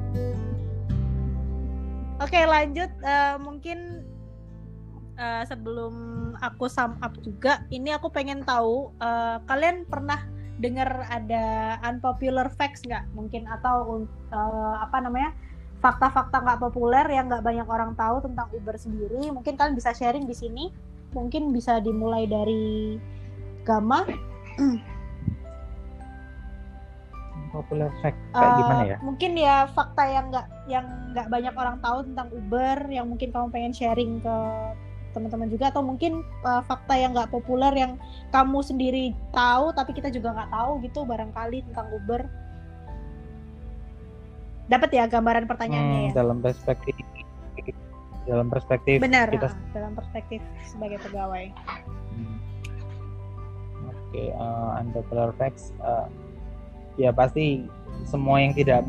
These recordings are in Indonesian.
Oke, lanjut. Mungkin sebelum aku sum up juga, ini aku pengen tahu, kalian pernah dengar ada unpopular facts nggak? Mungkin atau fakta-fakta nggak populer yang nggak banyak orang tahu tentang Uber sendiri. Mungkin kalian bisa sharing di sini. Mungkin bisa dimulai dari Gama. Popular fact kayak gimana ya? Mungkin ya fakta yang nggak banyak orang tahu tentang Uber, yang mungkin kamu pengen sharing ke teman-teman juga, atau mungkin fakta yang nggak populer yang kamu sendiri tahu tapi kita juga nggak tahu gitu barangkali tentang Uber. Dapat ya gambaran pertanyaannya ya? Dalam perspektif benar, kita dalam perspektif sebagai pegawai. Oke, unpopular facts, ya pasti semua yang tidak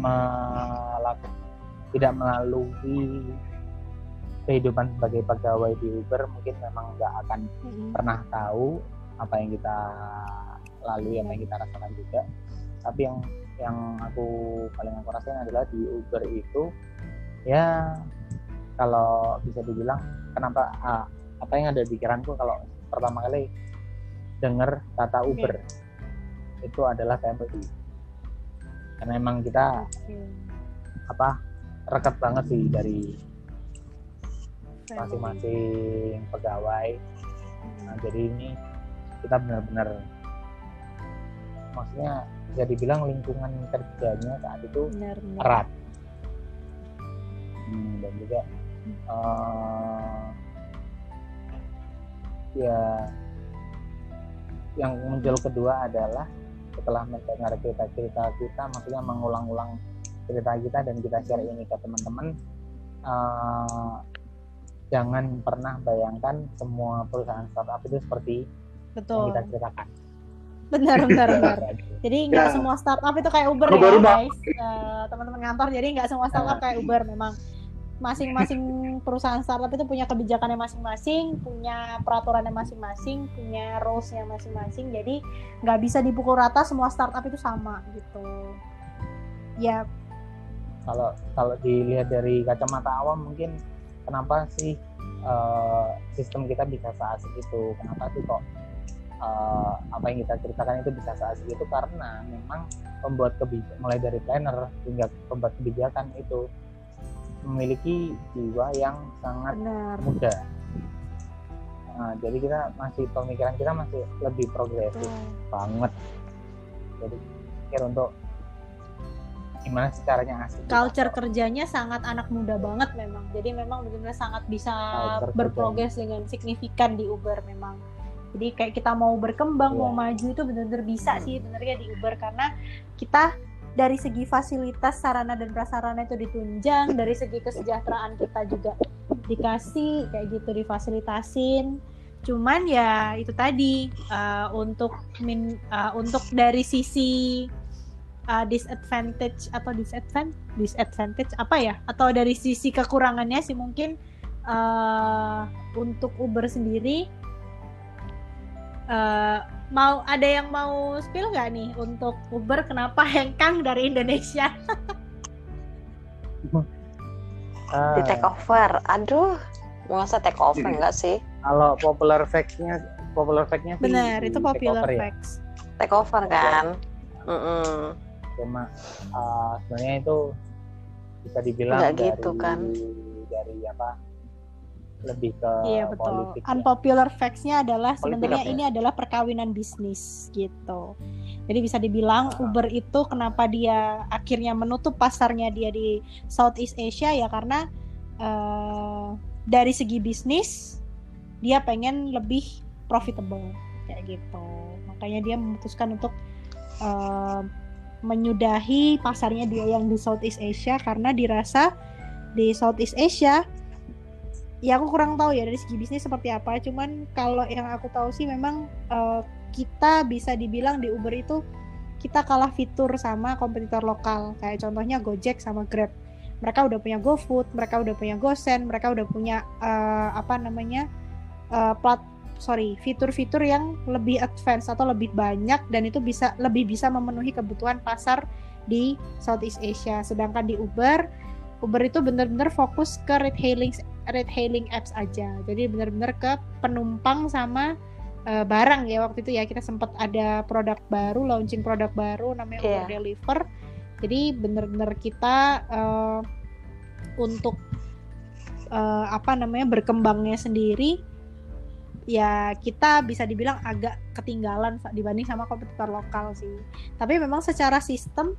melalui kehidupan sebagai pegawai di Uber mungkin memang nggak akan pernah tahu apa yang kita lalui, apa yang kita rasakan juga. Tapi yang aku rasain adalah di Uber itu ya, kalau bisa dibilang kenapa apa yang ada di pikiranku kalau pertama kali dengar kata Uber itu adalah family. Karena memang kita rekat banget sih dari masing-masing pegawai. Nah, jadi ini kita benar-benar, maksudnya bisa dibilang lingkungan kerjanya saat itu erat. Dan juga ya yang muncul kedua adalah setelah mendengar cerita-cerita kita, maksudnya mengulang-ulang cerita kita dan kita share ini ke teman-teman, jangan pernah bayangkan semua perusahaan startup itu seperti yang kita ceritakan. Benar. Jadi nggak semua startup itu kayak Uber ya guys, teman-teman kantor. Jadi nggak semua startup kayak Uber. Memang masing-masing perusahaan startup itu punya kebijakannya masing-masing, punya peraturannya masing-masing, punya rules-nya masing-masing. Jadi nggak bisa dipukul rata semua startup itu sama gitu. Ya. Kalau dilihat dari kacamata awam mungkin kenapa sih sistem kita bisa seasik itu? Kenapa sih kok apa yang kita ceritakan itu bisa seasik itu? Karena memang pembuat kebijakan, mulai dari planner hingga pembuat kebijakan itu memiliki jiwa yang sangat muda. Nah, jadi pemikiran kita masih lebih progresif banget. Jadi pikir untuk gimana sih caranya asik. Culture kerjanya sangat anak muda banget memang. Jadi memang benar-benar sangat bisa berprogres dengan signifikan di Uber memang. Jadi kayak kita mau berkembang, mau maju itu benar-benar bisa sih benernya di Uber, karena kita dari segi fasilitas sarana dan prasarana itu ditunjang, dari segi kesejahteraan kita juga dikasih kayak gitu, difasilitasin. Cuman ya itu tadi untuk dari sisi disadvantage apa ya, atau dari sisi kekurangannya sih mungkin untuk Uber sendiri, mau ada yang mau spill nggak nih untuk Uber kenapa hengkang dari Indonesia? Di take over, aduh, masa take over enggak sih? Kalau popular fact-nya sih benar, itu popular facts. Take over kan? Cuma sebenarnya itu bisa dibilang nggak gitu kan? Dari apa? Lebih ke politik. Unpopular facts-nya adalah sebenarnya ini adalah perkawinan bisnis gitu. Jadi bisa dibilang Uber itu kenapa dia akhirnya menutup pasarnya dia di Southeast Asia ya karena dari segi bisnis dia pengen lebih profitable kayak gitu. Makanya dia memutuskan untuk menyudahi pasarnya dia yang di Southeast Asia, karena dirasa di Southeast Asia, ya aku kurang tahu ya dari segi bisnis seperti apa, cuman kalau yang aku tahu sih memang kita bisa dibilang di Uber itu kita kalah fitur sama kompetitor lokal, kayak contohnya Gojek sama Grab. Mereka udah punya GoFood, mereka udah punya GoSend, mereka udah punya fitur-fitur yang lebih advance atau lebih banyak, dan itu lebih bisa memenuhi kebutuhan pasar di Southeast Asia. Sedangkan di Uber itu benar-benar fokus ke ride-hailing apps aja. Jadi benar-benar ke penumpang sama barang ya. Waktu itu ya kita sempat ada launching produk baru namanya Uber Deliver. Jadi benar-benar kita untuk berkembangnya sendiri ya kita bisa dibilang agak ketinggalan dibanding sama kompetitor lokal sih. Tapi memang secara sistem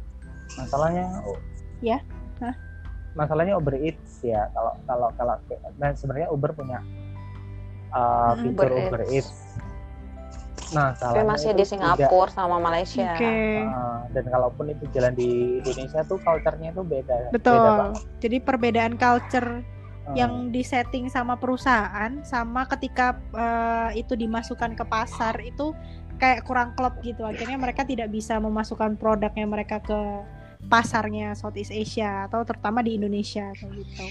masalahnya Uber Eats ya. Kalau dan sebenarnya Uber punya fitur Uber Eats. Nah, tapi masih di Singapura sama Malaysia. Dan kalaupun itu jalan di Indonesia tuh culture-nya tuh beda. Betul. Beda banget. Jadi perbedaan culture yang disetting sama perusahaan sama ketika itu dimasukkan ke pasar itu kayak kurang klop gitu. Akhirnya mereka tidak bisa memasukkan produknya mereka ke pasarnya Southeast Asia atau terutama di Indonesia kayak gitu.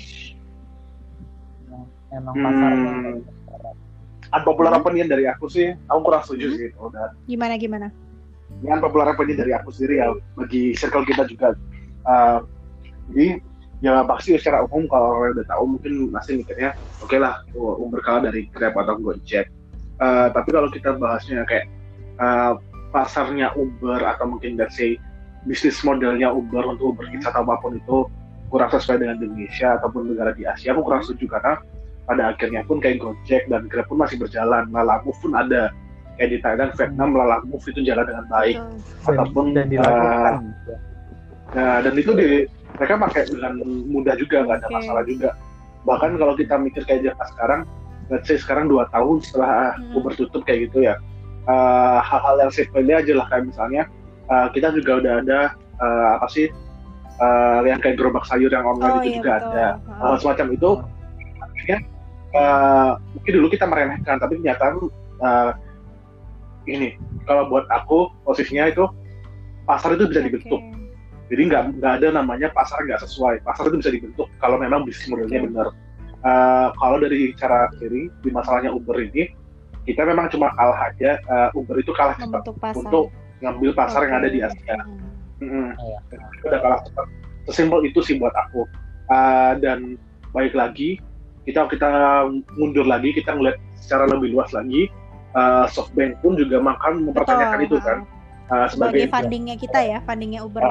Emang pasarnya unpopular opinion dari aku sih, aku kurang setuju sih. Udah. Gimana? Ini unpopular opinion dari aku sendiri ya, bagi circle kita juga. Jadi ya pasti secara umum kalau orang udah tahu mungkin masih mikirnya oke lah Uber kalah dari Grab atau Gojek. Tapi kalau kita bahasnya kayak pasarnya Uber atau mungkin dari bisnis modelnya Uber untuk Uber Eats atau apapun itu kurang sesuai dengan Indonesia ataupun negara di Asia, aku kurang setuju karena pada akhirnya pun kayak Gojek dan Grab pun masih berjalan, Lalamove pun ada kayak di Thailand, Vietnam, Lalamove itu jalan dengan baik ataupun dan dilakukan. Dan itu mereka pakai dengan mudah juga, nggak ada masalah juga. Bahkan kalau kita mikir kayak Jakarta sekarang, let's say sekarang 2 tahun setelah Uber tutup kayak gitu ya, hal-hal yang sepele aja lah kayak misalnya kita juga udah ada yang kayak gerobak sayur yang online itu juga betul. Ada hal semacam itu. Akhirnya mungkin dulu kita meremehkan, tapi kenyataan ini kalau buat aku posisinya itu pasar itu bisa dibentuk. Jadi nggak ada namanya pasar nggak sesuai. Pasar itu bisa dibentuk kalau memang bisnis modelnya benar. Kalau dari cara kiri di masalahnya Uber ini, kita memang cuma kalah aja. Uber itu kalah cepat untuk ngambil pasar yang ada di Asia. Udah kalah cepat. Sesimpel itu sih buat aku. Dan baik lagi, kita mundur lagi, kita ngeliat secara lebih luas lagi. SoftBank pun juga mempertanyakan itu kan. Sebagai fundingnya kita ya, fundingnya Uber.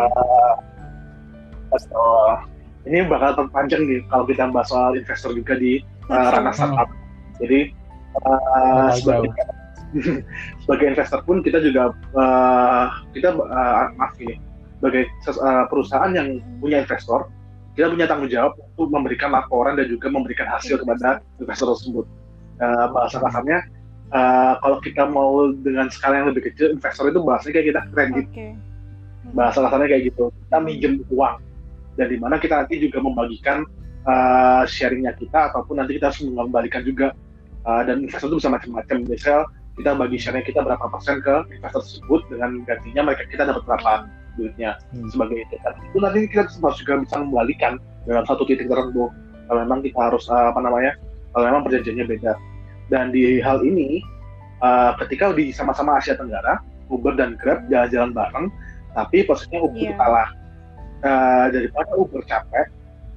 Ini bakal terpanjang nih kalau kita bahas soal investor juga di ranah startup. Jadi sebagai investor pun kita juga sebagai perusahaan yang punya investor, kita punya tanggung jawab untuk memberikan laporan dan juga memberikan hasil kepada investor tersebut. Bahasa kasarnya, kalau kita mau dengan skala yang lebih kecil, investor itu bahasanya kayak kita kredit. Bahasa kasarnya kayak gitu, kita minjem uang, dan dimana kita nanti juga membagikan sharingnya kita, ataupun nanti kita harus mengembalikan juga. Dan investor itu bisa macam-macam. Misal kita bagi share-nya kita berapa persen ke investor tersebut, dengan gantinya kita dapat berapa duitnya sebagai itu. Dan itu nanti kita harus juga bisa membalikan dalam satu titik tertentu. Kalau memang kita harus kalau memang perjanjiannya beda. Dan di hal ini, ketika di sama-sama Asia Tenggara, Uber dan Grab jalan-jalan bareng, tapi posisinya Uber itu kalah. Daripada Uber capek,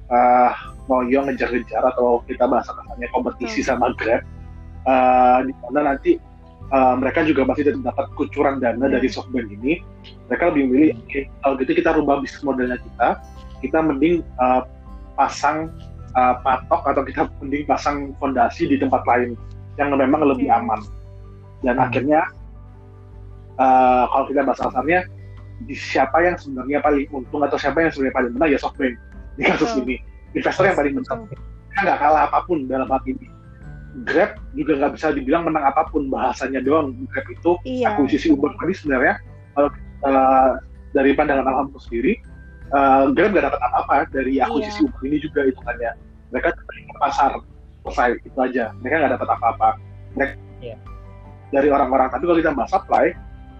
ngoyo ngejar-ngejar atau kita bahasa kasarnya kompetisi sama Grab, di mana nanti mereka juga masih dapat kucuran dana dari SoftBank ini. Mereka lebih memilih, kalau gitu kita rubah bisnis modelnya kita mending pasang patok atau kita mending pasang fondasi di tempat lain yang memang lebih aman. Dan akhirnya kalau kita bahas kasarnya, siapa yang sebenarnya paling untung atau siapa yang sebenarnya paling menang ya SoftBank di kasus ini. Investor yang paling menang. Kita nggak kalah apapun dalam hal ini. Grab juga nggak bisa dibilang menang apapun, bahasanya doang. Grab itu akuisisi Uber ini sebenarnya dari pandangan Alhamdulillah sendiri, Grab nggak dapat apa-apa dari akuisisi Uber ini juga hitungannya. Mereka ke pasar, selesai, itu aja. Mereka nggak dapat apa-apa. Mereka dari orang-orang, tapi kalau kita bahas supply,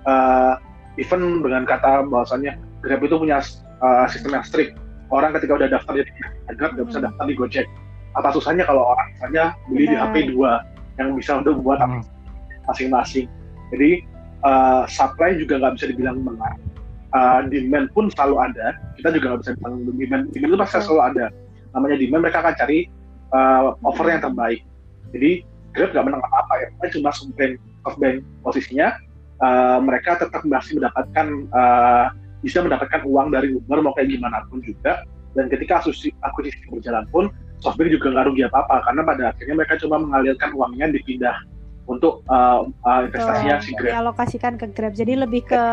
even dengan kata bahwasannya Grab itu punya sistem yang strict. Orang ketika udah daftar di Grab nggak bisa daftar di Gojek. Apa susahnya kalau orang misalnya beli di HP 2 yang bisa untuk buat masing-masing. Jadi supply juga nggak bisa dibilang menang. demand pun selalu ada. Kita juga nggak bisa bilang demand itu pasti selalu ada. Namanya demand, mereka akan cari offer yang terbaik. Jadi Grab nggak menang apa-apa ya, mereka cuma SoftBank posisinya, mereka tetap masih mendapatkan bisa mendapatkan uang dari Uber mau kayak gimana pun juga. Dan ketika akuisisi berjalan pun SoftBank juga nggak rugi apa-apa, karena pada akhirnya mereka cuma mengalirkan uangnya dipindah untuk investasinya si Grab. Dialokasikan ke Grab, jadi lebih ke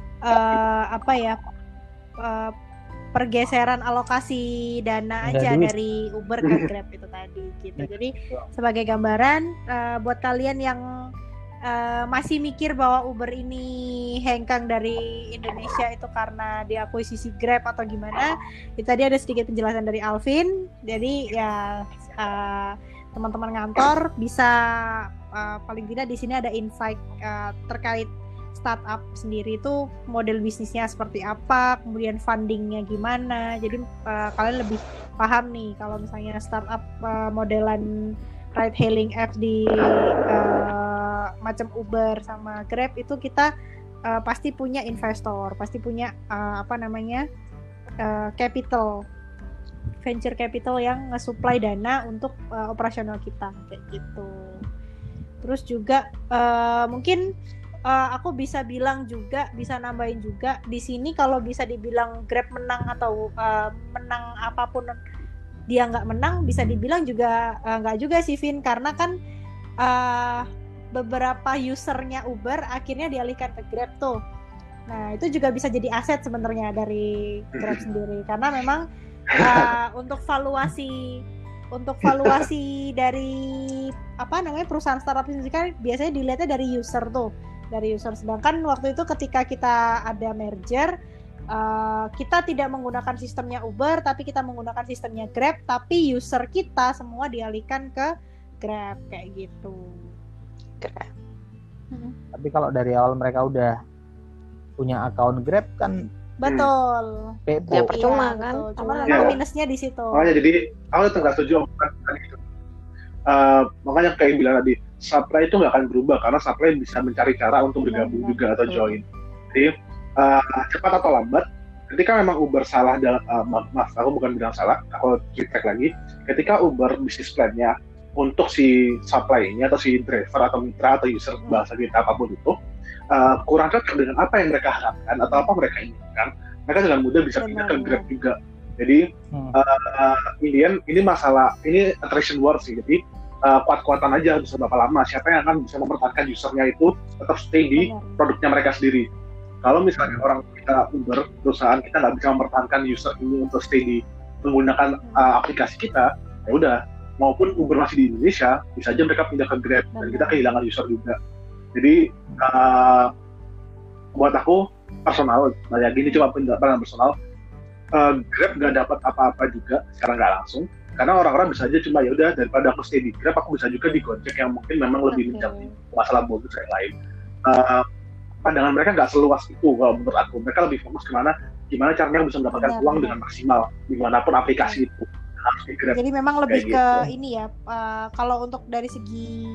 pergeseran alokasi dana aja dari Uber ke Grab itu tadi gitu. Jadi sebagai gambaran buat kalian yang masih mikir bahwa Uber ini hengkang dari Indonesia itu karena diakuisisi Grab atau gimana, itu tadi ada sedikit penjelasan dari Alvin. Jadi ya teman-teman ngantor bisa paling tidak di sini ada insight terkait startup sendiri itu model bisnisnya seperti apa, kemudian fundingnya gimana. Jadi kalian lebih paham nih kalau misalnya startup modelan ride hailing apps di macam Uber sama Grab itu kita pasti punya investor, pasti punya capital, venture capital yang nge-supply dana untuk operasional kita kayak gitu. Terus juga mungkin aku bisa bilang juga, bisa nambahin juga di sini kalau bisa dibilang Grab menang atau menang apapun dia nggak menang, bisa dibilang juga nggak juga sih Vin, karena kan beberapa usernya Uber akhirnya dialihkan ke Grab tuh. Nah itu juga bisa jadi aset sebenarnya dari Grab sendiri, karena memang untuk valuasi dari perusahaan startup ini kan biasanya dilihatnya dari user tuh. Dari user, sedangkan waktu itu ketika kita ada merger, kita tidak menggunakan sistemnya Uber tapi kita menggunakan sistemnya Grab, tapi user kita semua dialihkan ke Grab kayak gitu. Grab. Tapi kalau dari awal mereka udah punya akun Grab kan betul. Ya percuma kan. Cuma memang minusnya di situ. Makanya jadi aku nggak setuju dengan itu. Makanya kayak bilang tadi, supply itu nggak akan berubah karena supply bisa mencari cara untuk bergabung juga atau join. Jadi cepat atau lambat, ketika memang Uber salah dalam maaf aku bukan bilang salah, aku feedback lagi, ketika Uber bisnis plan-nya untuk si supply-nya atau si driver atau mitra atau user bahasa kita apapun itu kurang cocok dengan apa yang mereka harapkan atau apa mereka inginkan, mereka dengan mudah bisa pindah ke Grab juga. Jadi ini masalah, ini attrition war sih. Jadi kuat-kuatan aja bisa berapa lama, siapa yang akan bisa mempertahankan usernya itu tetap stay di produknya mereka sendiri. Kalau misalnya orang kita Uber, perusahaan kita nggak bisa mempertahankan user ini untuk stay di menggunakan aplikasi kita, ya udah, maupun Uber masih di Indonesia, bisa aja mereka pindah ke Grab dan kita kehilangan user juga. Jadi buat aku personal, ini cuma pendapat personal, Grab nggak dapat apa-apa juga sekarang nggak langsung. Karena orang-orang bisa aja cuma ya udah, daripada aku stay di Grab aku bisa juga di Gojek yang mungkin memang lebih menjadi masalah bonus yang lain. Pandangan mereka nggak seluas itu kalau menurut aku. Mereka lebih fokus gimana caranya bisa mendapatkan uang dengan maksimal dimanapun aplikasi itu. Jadi memang lebih ke ini ya, kalau untuk dari segi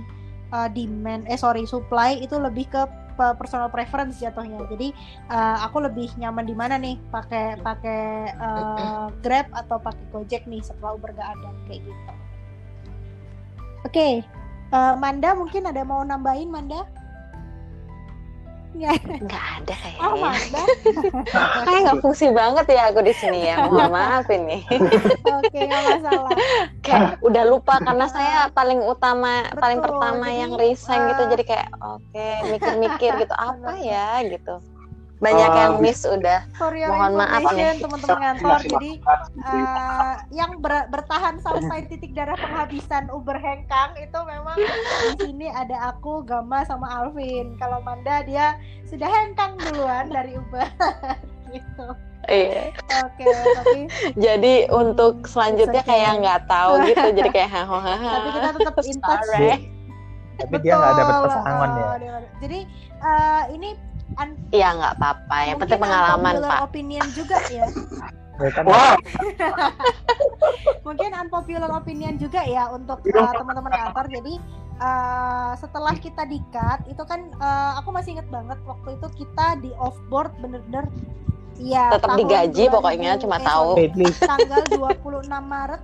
supply itu lebih ke personal preference jatuhnya. Jadi aku lebih nyaman di mana nih, pakai Grab atau pakai Gojek nih setelah Uber gak ada kayak gitu. Oke. Manda mungkin ada mau nambahin, Manda? Nggak ada kayaknya. Oh, Manda. Kayak nggak fungsi banget ya aku di sini ya. Mohon maaf ini. Oke, nggak masalah. Kayak udah lupa karena saya paling pertama jadi, yang resign gitu. Jadi kayak mikir-mikir gitu apa ya gitu. Banyak yang miss udah. Mohon maaf nih teman-teman kantor. Jadi yang bertahan sampai titik darah penghabisan Uber hengkang itu memang di sini ada aku, Gama sama Alvin. Kalau Manda dia sudah hengkang duluan dari Uber gitu. Iya. Oke, tapi jadi untuk selanjutnya kayak nggak tahu gitu. Jadi kayak hahaha. Tapi kita tetap in touch. Tapi dia nggak dapat pesangon ya. Jadi ini iya nggak apa-apa, yang penting pengalaman Pak. Opinion juga ya. Wow. Mungkin unpopular opinion juga ya untuk teman-teman kantor. Jadi setelah kita di-cut itu kan aku masih inget banget waktu itu kita di offboard bener-bener Iya, tetap digaji pokoknya, cuma tahu. Tanggal 26 Maret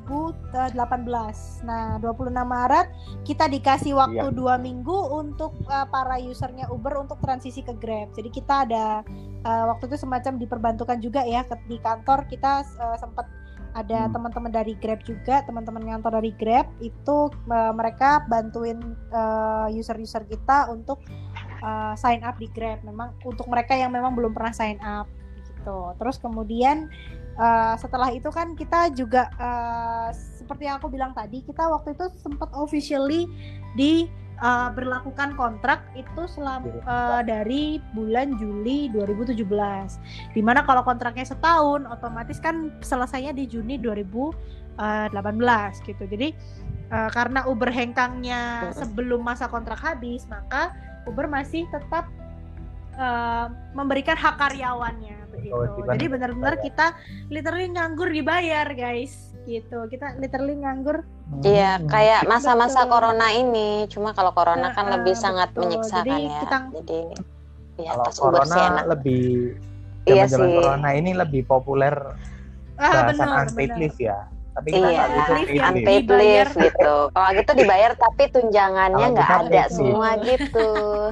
2018. Nah, 26 Maret kita dikasih waktu 2 minggu untuk para usernya Uber untuk transisi ke Grab. Jadi kita ada waktu itu semacam diperbantukan juga ya di kantor. Kita sempat ada teman-teman dari Grab juga, teman-teman kantor dari Grab itu mereka bantuin user-user kita untuk sign up di Grab. Memang untuk mereka yang memang belum pernah sign up gitu. Terus kemudian setelah itu kan kita juga seperti yang aku bilang tadi, kita waktu itu sempat officially berlakukan kontrak itu selama dari bulan Juli 2017. Dimana kalau kontraknya setahun, otomatis kan selesainya di Juni 2018 gitu. Jadi karena Uber hengkangnya sebelum masa kontrak habis, maka Uber masih tetap memberikan hak karyawannya begitu. Jadi benar-benar kita literally nganggur dibayar, guys. Gitu. Kita literally nganggur. Iya, kayak masa-masa corona ini. Cuma kalau corona kan lebih sangat menyiksa kan ya. Jadi ya kalau pas Uber sih enak. Lebih zaman corona ini lebih populer bahasan unpaid leave ya. Tapi kita unpaid leave gitu. Kalau gitu dibayar tapi tunjangannya nggak ada semua gitu.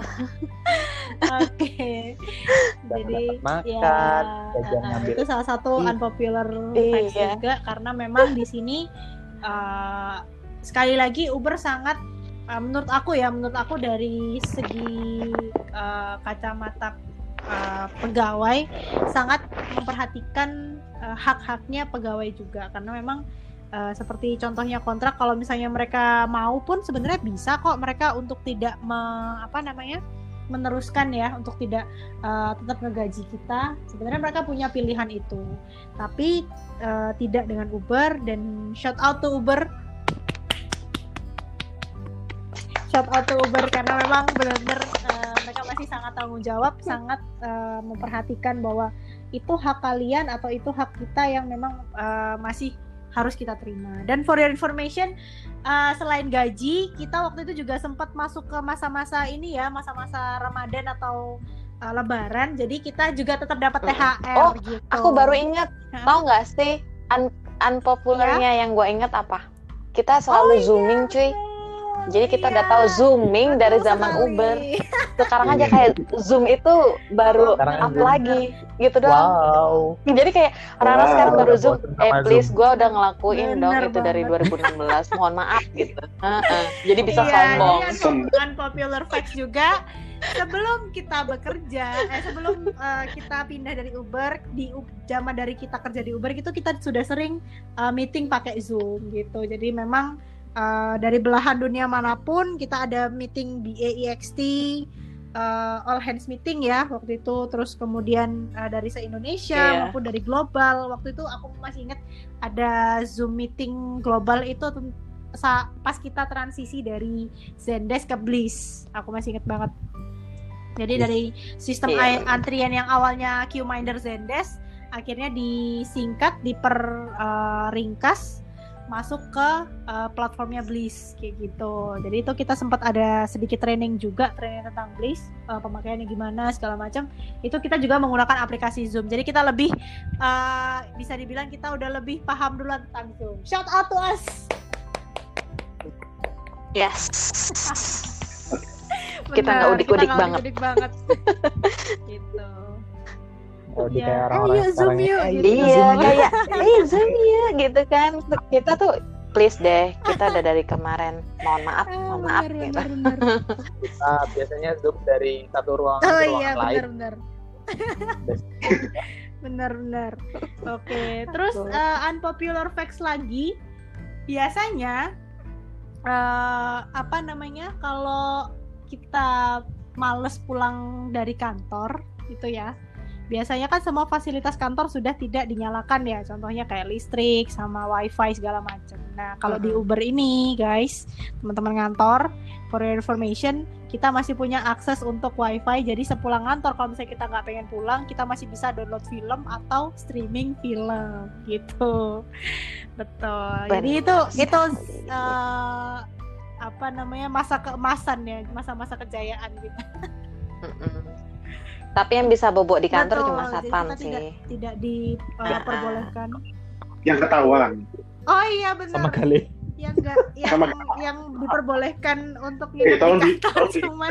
Oke. Jadi makan, itu salah satu unpopular facts juga karena memang di sini sekali lagi Uber sangat menurut aku dari segi kacamata pegawai sangat memperhatikan hak-haknya pegawai juga karena memang seperti contohnya kontrak kalau misalnya mereka mau pun sebenarnya bisa kok mereka untuk tidak meneruskan ya untuk tidak tetap ngegaji kita. Sebenarnya mereka punya pilihan itu, tapi tidak dengan Uber. Dan shout out to Uber karena memang benar-benar mereka masih sangat tanggung jawab, sangat memperhatikan bahwa itu hak kalian atau itu hak kita yang memang masih harus kita terima. Dan for your information, selain gaji, kita waktu itu juga sempat masuk ke masa-masa ini ya, masa-masa Ramadan atau Lebaran. Jadi kita juga tetap dapat THR gitu. Aku baru ingat, tahu nggak sih unpopularnya yang gue ingat apa? Kita selalu zooming cuy. Jadi kita udah tahu zooming dari zaman Uber. Sekarang aja kayak Zoom itu baru up lagi gitu doang. Jadi kayak orang-orang sekarang baru Zoom. Please, gue udah ngelakuin dong itu dari 2016. Mohon maaf gitu. Jadi bisa sombong. Unpopular facts juga. Sebelum kita bekerja, sebelum kita pindah dari Uber, di zaman dari kita kerja di Uber gitu, kita sudah sering meeting pakai Zoom gitu. Jadi memang dari belahan dunia manapun kita ada meeting di AEXT, all hands meeting ya waktu itu. Terus kemudian dari se-Indonesia maupun dari global. Waktu itu aku masih ingat ada Zoom meeting global itu pas kita transisi dari Zendesk ke Bliss. Aku masih ingat banget. Jadi dari sistem antrian yang awalnya Qminder Zendesk akhirnya disingkat, diperringkas masuk ke platformnya Bliss kayak gitu. Jadi itu kita sempat ada sedikit training tentang Bliss, pemakaiannya gimana segala macam. Itu kita juga menggunakan aplikasi Zoom. Jadi kita lebih bisa dibilang kita udah lebih paham dulu tentang Zoom. Shout out to us. Yes. Kita nggak udik-udik banget. Gitu. Kayak orang-orang Zoom yuk, gitu. Kayak Zoom yuk gitu kan. Kita tuh please deh, kita udah dari kemarin. Mohon maaf gitu. Benar. Kita biasanya Zoom dari satu ruangan ke ruangan lain. Benar. Oke, terus unpopular facts lagi. Biasanya kalau kita males pulang dari kantor gitu ya. Biasanya kan semua fasilitas kantor sudah tidak dinyalakan ya, contohnya kayak listrik sama wifi segala macam. Nah kalau di Uber ini guys, teman-teman kantor, for your information, kita masih punya akses untuk wifi. Jadi sepulang kantor kalau misalnya kita nggak pengen pulang, kita masih bisa download film atau streaming film gitu. Betul. Jadi itu benar. masa keemasan ya, masa-masa kejayaan gitu. Tapi yang bisa bobok di kantor Betul, cuma jadi satpam kita sih. tidak diperbolehkan. Yang ketahuan. Oh iya benar. Sama kali. Yang enggak yang diperbolehkan untuk nginep Tolong di kantor cuman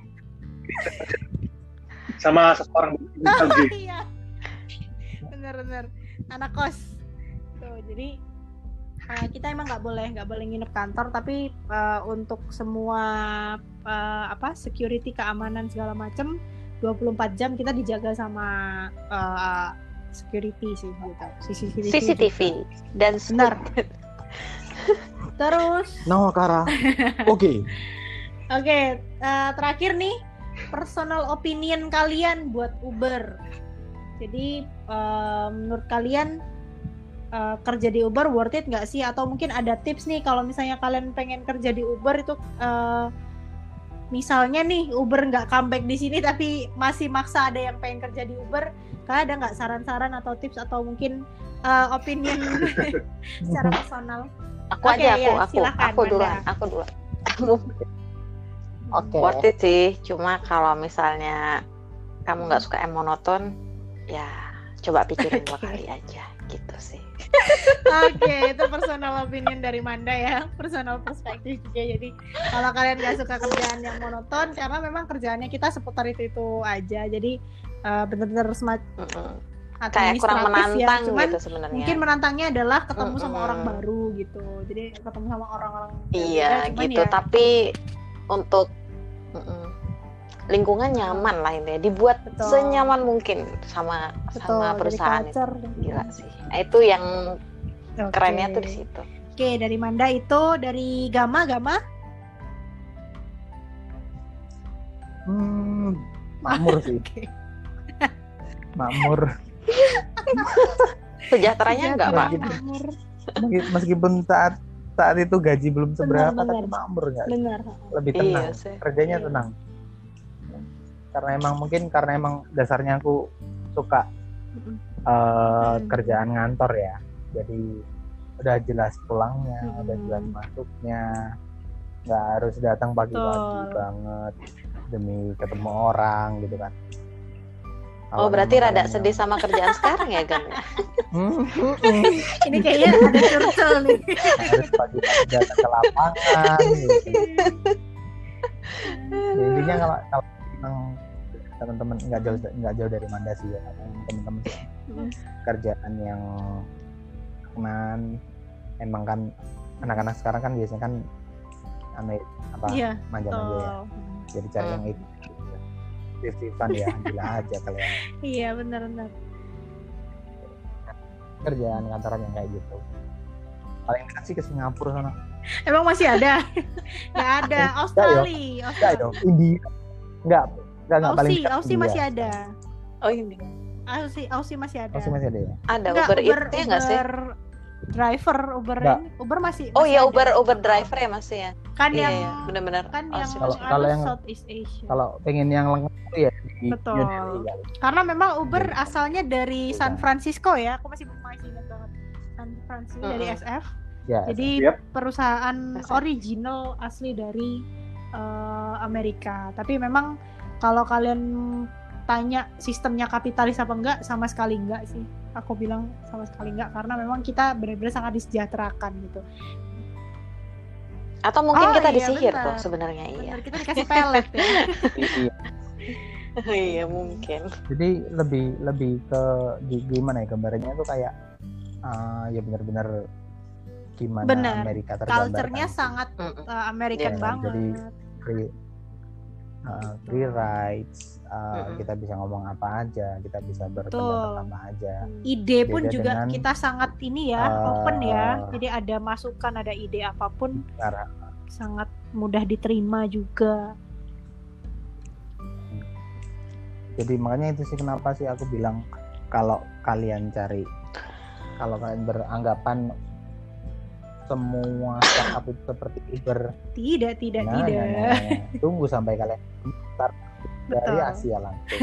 sama seseorang iya. Benar anak kos. Tuh, jadi kita emang nggak boleh nginep kantor, tapi untuk semua security, keamanan segala macam 24 jam kita dijaga sama security sih gitu. CCTV dan benar. Terus Kara. Oke. Terakhir nih, personal opinion kalian buat Uber. Jadi menurut kalian kerja di Uber worth it nggak sih? Atau mungkin ada tips nih kalau misalnya kalian pengen kerja di Uber itu, misalnya nih Uber nggak comeback di sini tapi masih maksa ada yang pengen kerja di Uber, kalian ada nggak saran-saran atau tips atau mungkin opinion secara personal? Aku aja, silakan, aku duluan. Oke. Worth it sih, cuma kalau misalnya kamu nggak suka yang monoton, ya coba pikirin 2 kali aja, gitu sih. Oke, itu personal opinion dari Manda ya, personal perspektif juga. Jadi kalau kalian nggak suka kerjaan yang monoton, karena memang kerjaannya kita seputar itu aja, jadi benar-benar kayak kurang menantang cuman gitu sebenarnya. Mungkin menantangnya adalah ketemu sama orang baru gitu, jadi ketemu sama orang-orang iya gitu, tapi untuk lingkungan nyaman lah ini, dibuat senyaman mungkin sama perusahaan itu. Gila sih. Nah, itu yang kerennya tuh di situ. Oke, dari Manda itu, dari Gama. Makmur sih. Makmur. Sejahteranya enggak, Pak? Meskipun saat itu gaji belum seberapa, tapi makmur enggak? Benar. Lebih tenang. Kerjanya tenang. Karena emang dasarnya aku suka kerjaan ngantor ya. Jadi udah jelas pulangnya, udah jelas masuknya. Nggak harus datang pagi-pagi banget demi ketemu orang gitu kan. Oh, berarti rada sedih sama kerjaan sekarang ya, Gan? Ini kayaknya ada curcol nih. Harus pagi-pagi datang ke lapangan gitu. Intinya kalau memang teman-teman nggak jauh dari Manda sih ya, teman-teman kerjaan yang kenan, emang kan anak-anak sekarang kan biasanya kan manja-manja ya, jadi cari yang itu aktifan ya, gila aja kalian. Iya benar. Kerjaan kantoran yang kayak gitu paling dekat sih ke Singapura sana. Emang masih ada? Nggak ada. Australia. Enggak dong, India. Enggak paling dekat. Aussie masih ada. Oh ini. Aussie masih ada. Aussie masih ada ya? Ada Uber Eats-nya nggak sih? Driver Uber masih oh iya, ada. Uber driver ya masih ya. Kan iya, yang iya, benar-benar. Kan yang kalau yang Southeast Asia. Kalau pengen yang lengkap itu ya di betul. New Delhi kali. Karena memang Uber asalnya dari San Francisco ya. Aku masih ingat banget. San Francisco dari SF. Ya, jadi perusahaan original asli dari Amerika. Tapi memang kalau kalian tanya sistemnya kapitalis apa enggak, sama sekali enggak sih. Aku bilang sama sekali enggak, karena memang kita benar-benar sangat disejahterakan gitu. Atau mungkin kita disihir tuh sebenarnya. Iya. Kita dikasih pelet ya. Iya mungkin. Jadi lebih ke gimana ya gambarannya tuh kayak ya benar-benar gimana Amerika tergambarkan. Culture-nya sangat American banget. Jadi free rights, kita bisa ngomong apa aja, kita bisa berpendapat apa aja. Ide pun juga kita sangat ini ya, open ya. Jadi ada masukan, ada ide apapun sangat mudah diterima juga. Jadi makanya itu sih kenapa sih aku bilang kalau kalian beranggapan semua startup itu seperti Uber. Tidak. Tunggu sampai kalian start dari Asia langsung.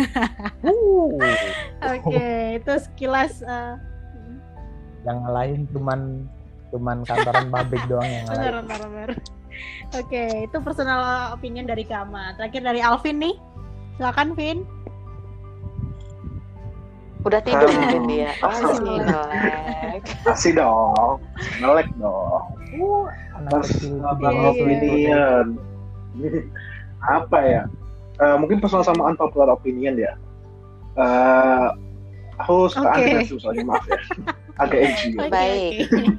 Oke, itu sekilas. Yang lain cuman kantoran pabrik doang yang lain. Benar. Oke, itu personal opinion dari Kama. Terakhir dari Alvin nih. Silakan Vin. Udah tidur mungkin dia. Oh, melek. Kasih dong, melek dong. Anak Pas kecil bang Iya. opinion. Apa ya? Mungkin personal sama unpopular opinion ya. Aku suka Oke. anti itu soalnya, maaf ya. Agak edgy. Ya. Oke, Baik.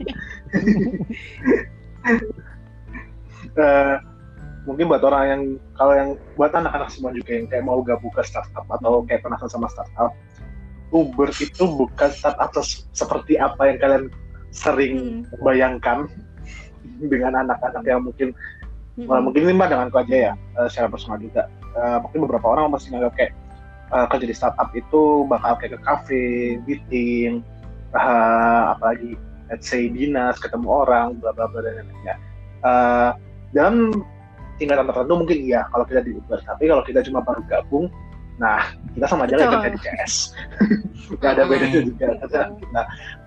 Mungkin buat orang yang kalau yang buat anak-anak semua juga yang kayak mau gabung ke startup atau kayak penasaran sama startup, Uber itu bukan startup seperti apa yang kalian sering bayangkan dengan anak-anak yang mungkin mungkin ini mah denganku aja ya secara personal juga. Mungkin beberapa orang masih nganggap kayak kerja di startup itu bakal kayak ke kafe, meeting, apalagi let's say dinas, ketemu orang, bla bla bla dan lain-lainnya. Dan tingkatan tertentu mungkin iya kalau kita di Uber, tapi kalau kita cuma baru gabung, nah kita sama aja lah kerja di CS. Nggak ada bedanya juga karena kita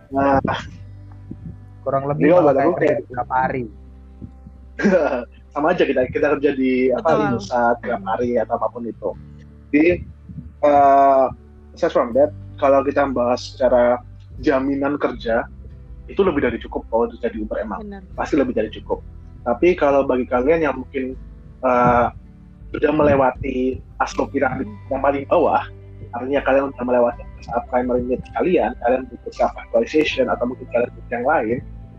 kurang lebih Iya, kalau nggak tahu, kayak beberapa hari. sama aja kita kerja di Betul. Indosat, tiap hari atau apapun itu. Jadi aside from that, kalau kita bahas secara jaminan kerja itu lebih dari cukup kalau jadi Uber emang. Benar. Pasti lebih dari cukup. Tapi kalau bagi kalian yang mungkin sudah melewati aslo piramid yang paling bawah, artinya kalian sudah melewati saat primary need kalian butuh self actualization atau mungkin kalian butuh yang lain,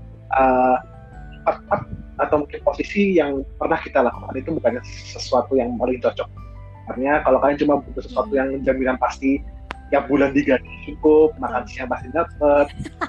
part atau mungkin posisi yang pernah kita lakukan itu bukannya sesuatu yang paling cocok. Artinya kalau kalian cuma butuh sesuatu yang jaminan pasti, tiap bulan digaji cukup, makan siang pasti dapat,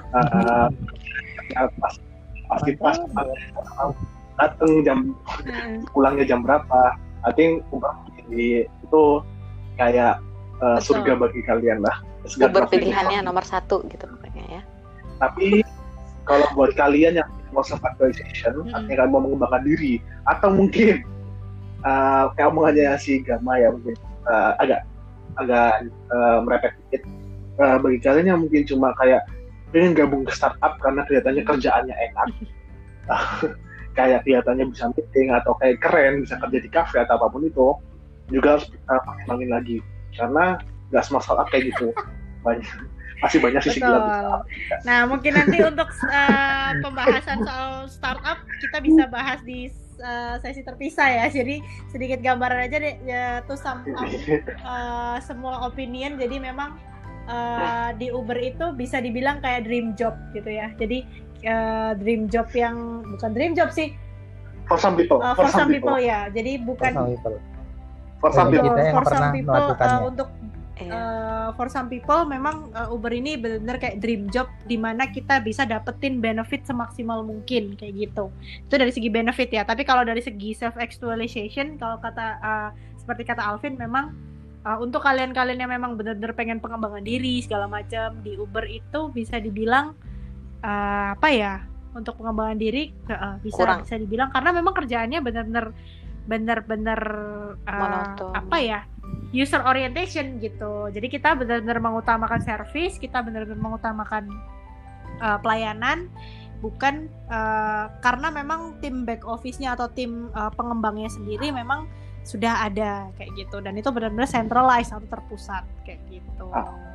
pasti pas datang jam pulangnya jam berapa. I think Uber itu kayak surga bagi kalian lah. Uber pilihannya nomor 1 gitu pokoknya ya. Tapi kalau buat kalian yang mau self actualization, artinya kalian mau mengembangkan diri, atau mungkin kayak omongannya si Gama ya mungkin agak merepet dikit. Bagi kalian yang mungkin cuma kayak pengen gabung ke startup karena kelihatannya kerjaannya enak, kayak kelihatannya bisa meeting atau kayak keren bisa kerja di kafe atau apapun itu, juga harus pertimbangin lagi karena nggak semua startup kayak gitu. Masih banyak sisi gelap di startup. Nah, mungkin nanti untuk pembahasan soal startup kita bisa bahas di sesi terpisah ya. Jadi sedikit gambaran aja deh ya, tuh semua opinion. Jadi memang di Uber itu bisa dibilang kayak dream job gitu ya. Jadi dream job yang bukan dream job sih. For some people. For some people ya. Jadi bukan for some people. Kita yang for pernah some people melakukannya. untuk for some people memang Uber ini benar-benar kayak dream job di mana kita bisa dapetin benefit semaksimal mungkin kayak gitu. Itu dari segi benefit ya. Tapi kalau dari segi self actualization, kalau kata seperti kata Alvin, memang untuk kalian-kalian yang memang benar-benar pengen pengembangan diri segala macam, di Uber itu bisa dibilang apa ya, untuk pengembangan diri bisa dibilang karena memang kerjaannya benar-benar apa ya, user orientation gitu. Jadi kita benar-benar mengutamakan service, kita benar-benar mengutamakan pelayanan, bukan karena memang tim back office-nya atau tim pengembangnya sendiri memang sudah ada kayak gitu, dan itu benar-benar centralized atau terpusat kayak gitu.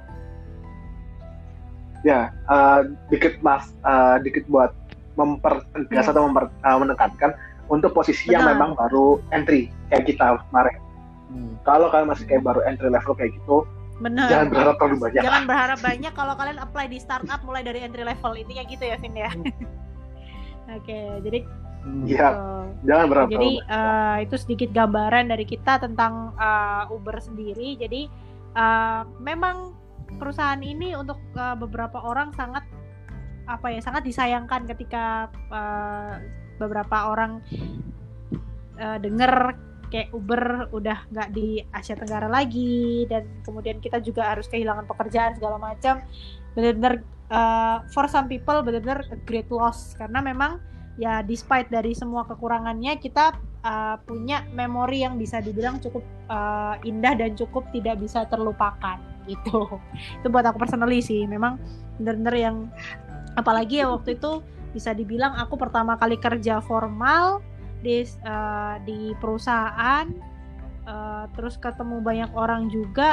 Ya, dikit buat mempertegas atau menekankan untuk posisi yang memang baru entry kayak kita kemarin. Kalau kalian masih kayak baru entry level kayak gitu, jangan berharap terlalu banyak. Jangan berharap banyak kalau kalian apply di startup mulai dari entry level, intinya gitu ya, Vin ya. Oke, jadi jangan berharap. Jadi itu sedikit gambaran dari kita tentang Uber sendiri. Jadi memang perusahaan ini untuk beberapa orang sangat sangat disayangkan ketika beberapa orang dengar kayak Uber udah nggak di Asia Tenggara lagi, dan kemudian kita juga harus kehilangan pekerjaan segala macam. Benar-benar for some people benar-benar a great loss, karena memang ya despite dari semua kekurangannya kita punya memori yang bisa dibilang cukup indah dan cukup tidak bisa terlupakan gitu. Itu buat aku personally sih, memang benar-benar yang apalagi ya waktu itu bisa dibilang aku pertama kali kerja formal di perusahaan, terus ketemu banyak orang juga,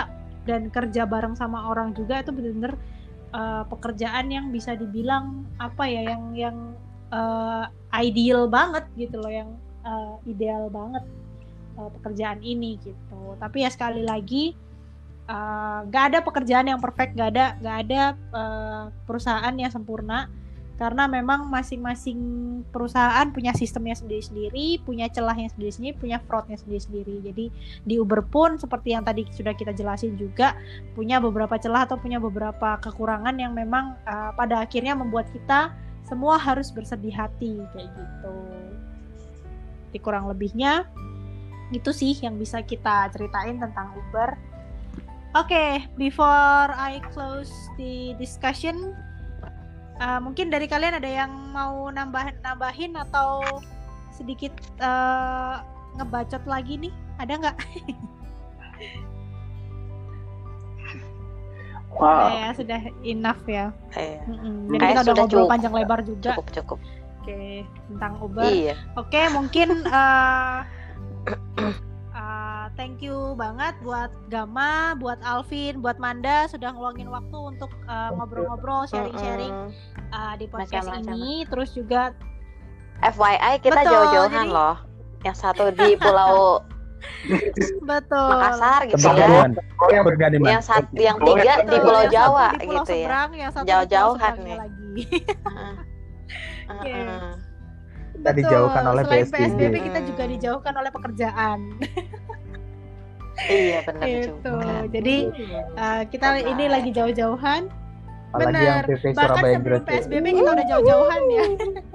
dan kerja bareng sama orang juga itu benar-benar pekerjaan yang bisa dibilang apa ya, yang ideal banget gitu loh, yang ideal banget pekerjaan ini gitu. Tapi ya sekali lagi gak ada pekerjaan yang perfect, gak ada perusahaan yang sempurna, karena memang masing-masing perusahaan punya sistemnya sendiri-sendiri, punya celahnya sendiri-sendiri, punya fraudnya sendiri-sendiri. Jadi di Uber pun seperti yang tadi sudah kita jelasin juga, punya beberapa celah atau punya beberapa kekurangan yang memang pada akhirnya membuat kita semua harus bersedih hati kayak gitu. Jadi kurang lebihnya itu sih yang bisa kita ceritain tentang Uber. Oke, before I close the discussion, mungkin dari kalian ada yang mau nambahin atau sedikit ngebacot lagi nih? Ada nggak? Wah. Ya sudah enough ya. Jadi Kayak kita udah sudah ngobrol cukup. panjang lebar juga. Cukup. Oke, tentang Uber. Iya. Oke, mungkin thank you banget buat Gama, buat Alvin, buat Manda sudah ngeluangin waktu untuk ngobrol-ngobrol, sharing-sharing di podcast Macam-macam. ini. Terus juga FYI kita Betul, jauh-jauhan jadi- loh. Yang satu di Pulau betul. Makassar gitu Tebak ya. duluan. Bergani man. Yang tiga Betul, di Pulau yang satu Jawa di Pulau gitu ya. Seberang, yang satu Jauh-jauhan di Pulau nih. Seberangnya lagi. Oke. Kita dijauhkan oleh Selain PSBB. PSBB kita juga dijauhkan oleh pekerjaan. Iya benar Gitu. juga. Jadi kita ini lagi jauh-jauhan. Apalagi yang Bener. PP Bahkan Surabaya sebelum Gresik. PSBB kita udah jauh-jauhan ya.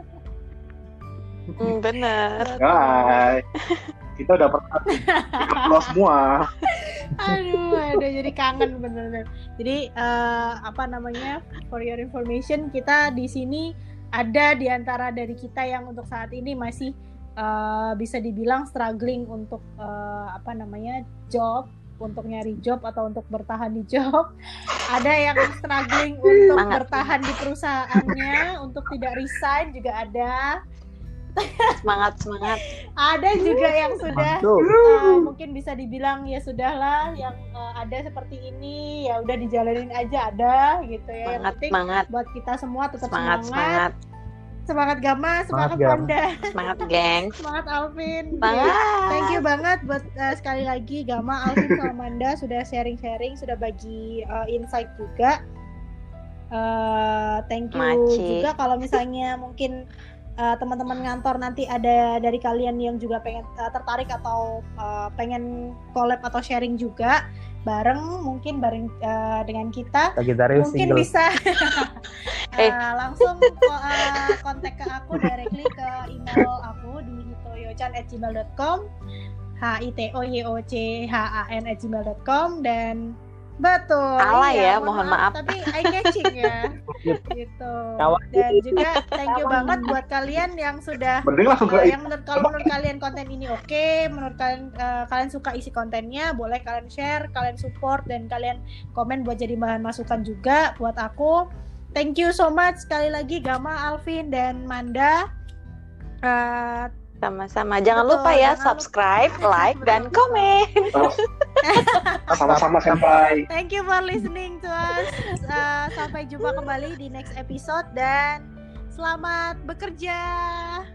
Benar. Hai. Kita udah pernah pulau semua. Aduh, jadi kangen bener-bener. Jadi apa namanya? For your information, kita di sini ada di antara dari kita yang untuk saat ini masih bisa dibilang struggling untuk apa namanya? Job, untuk nyari job atau untuk bertahan di job. Ada yang struggling untuk Semangat. bertahan di perusahaannya, untuk tidak resign juga ada. Semangat. Ada juga yang sudah Mantul. mungkin bisa dibilang ya sudahlah, yang ada seperti ini ya udah dijalanin aja, ada gitu ya. Yang penting Semangat. buat kita semua tetap Semangat. semangat Gama, semangat Gam. Panda, Semangat, gengs. semangat Alvin. Semangat. Ya, thank you banget buat sekali lagi Gama, Alvin sama Manda sudah sharing-sharing, sudah bagi insight juga. Thank you Maci. juga kalau misalnya mungkin teman-teman ngantor nanti ada dari kalian yang juga pengen tertarik atau pengen collab atau sharing juga bareng dengan kita, Sagittarius mungkin single. bisa langsung kontak ke aku directly ke email aku di hitoyochan@gmail.com, hitoyochan@gmail.com. Dan betul, Salah iya, ya, mohon maaf. tapi eye catching ya gitu. Kawan. Dan juga thank you banget buat kalian yang sudah Mending langsung ke yang kalau menurut kalian konten ini oke, menurut kalian kalian suka isi kontennya, boleh kalian share, kalian support, dan kalian komen buat jadi bahan masukan juga buat aku. Thank you so much sekali lagi Gama, Alvin, dan Manda. Sama-sama. Jangan Betul, lupa ya jangan subscribe, like, dan komen. sama-sama senpai. Thank you for listening to us. Sampai jumpa kembali di next episode dan selamat bekerja.